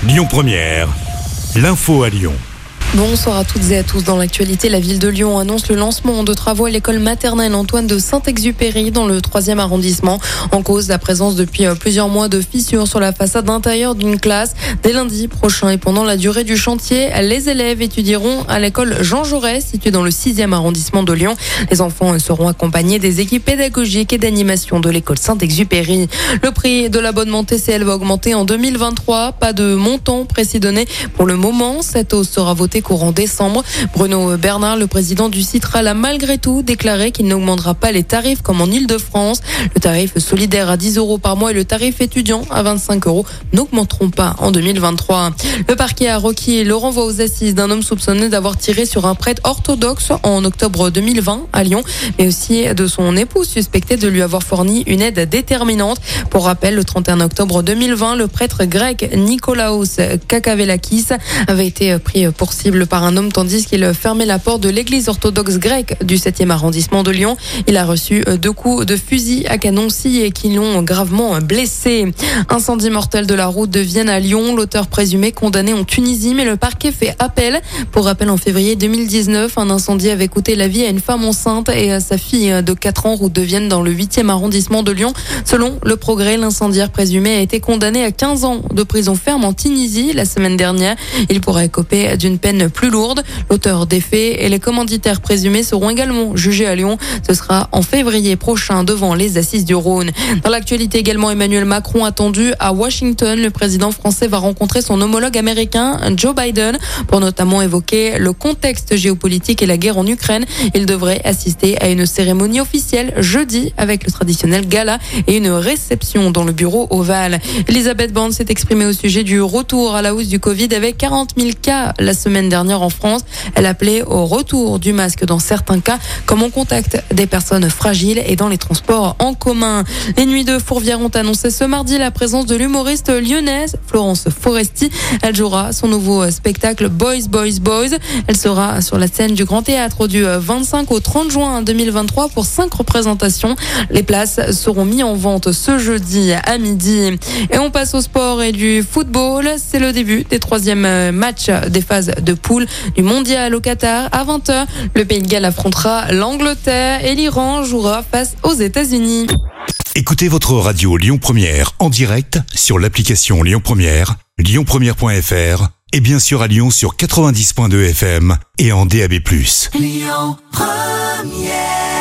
Lyon Première, l'info à Lyon. Bonsoir à toutes et à tous. Dans l'actualité, la ville de Lyon annonce le lancement de travaux à l'école maternelle Antoine de Saint-Exupéry dans le 3e arrondissement. En cause, la présence depuis plusieurs mois de fissures sur la façade intérieure d'une classe. Dès lundi prochain et pendant la durée du chantier, les élèves étudieront à l'école Jean Jaurès, située dans le 6e arrondissement de Lyon. Les enfants seront accompagnés des équipes pédagogiques et d'animation de l'école Saint-Exupéry. Le prix de l'abonnement TCL va augmenter en 2023. Pas de montant précis donné pour le moment. Cette hausse sera votée courant décembre. Bruno Bernard, le président du Citral, a malgré tout déclaré qu'il n'augmentera pas les tarifs comme en Ile-de-France. Le tarif solidaire à 10 € par mois et le tarif étudiant à 25 € n'augmenteront pas en 2023. Le parquet a requis le renvoi aux assises d'un homme soupçonné d'avoir tiré sur un prêtre orthodoxe en octobre 2020 à Lyon, mais aussi de son épouse suspectée de lui avoir fourni une aide déterminante. Pour rappel, le 31 octobre 2020, le prêtre grec Nikolaos Kakavelakis avait été pris pour cible par un homme tandis qu'il fermait la porte de l'église orthodoxe grecque du 7e arrondissement de Lyon. Il a reçu 2 coups de fusil à canon scié qui l'ont gravement blessé. Incendie mortel de la route de Vienne à Lyon. L'auteur présumé condamné en Tunisie, mais le parquet fait appel. Pour rappel, en février 2019, un incendie avait coûté la vie à une femme enceinte et à sa fille de 4 ans, route de Vienne dans le 8e arrondissement de Lyon. Selon Le Progrès, l'incendiaire présumé a été condamné à 15 ans de prison ferme en Tunisie la semaine dernière. Il pourrait écoper d'une peine plus lourde. L'auteur des faits et les commanditaires présumés seront également jugés à Lyon. Ce sera en février prochain devant les assises du Rhône. Dans l'actualité également, Emmanuel Macron attendu à Washington. Le président français va rencontrer son homologue américain Joe Biden pour notamment évoquer le contexte géopolitique et la guerre en Ukraine. Il devrait assister à une cérémonie officielle jeudi avec le traditionnel gala et une réception dans le bureau ovale. Elisabeth Borne s'est exprimée au sujet du retour à la hausse du Covid avec 40 000 cas la semaine dernière en France. Elle appelait au retour du masque dans certains cas, comme en contact des personnes fragiles et dans les transports en commun. Les Nuits de Fourvière ont annoncé ce mardi la présence de l'humoriste lyonnaise Florence Foresti. Elle jouera son nouveau spectacle Boys, Boys, Boys. Elle sera sur la scène du Grand Théâtre du 25 au 30 juin 2023 pour 5 représentations. Les places seront mises en vente ce jeudi à midi. Et on passe au sport et du football. C'est le début des 3e matchs des phases de poule du mondial au Qatar. À 20h, le Pays de Galles affrontera l'Angleterre et l'Iran jouera face aux États-Unis. Écoutez votre radio Lyon Première en direct sur l'application Lyon Première, lyonpremière.fr et bien sûr à Lyon sur 90.2 FM et en DAB+. Lyon Première.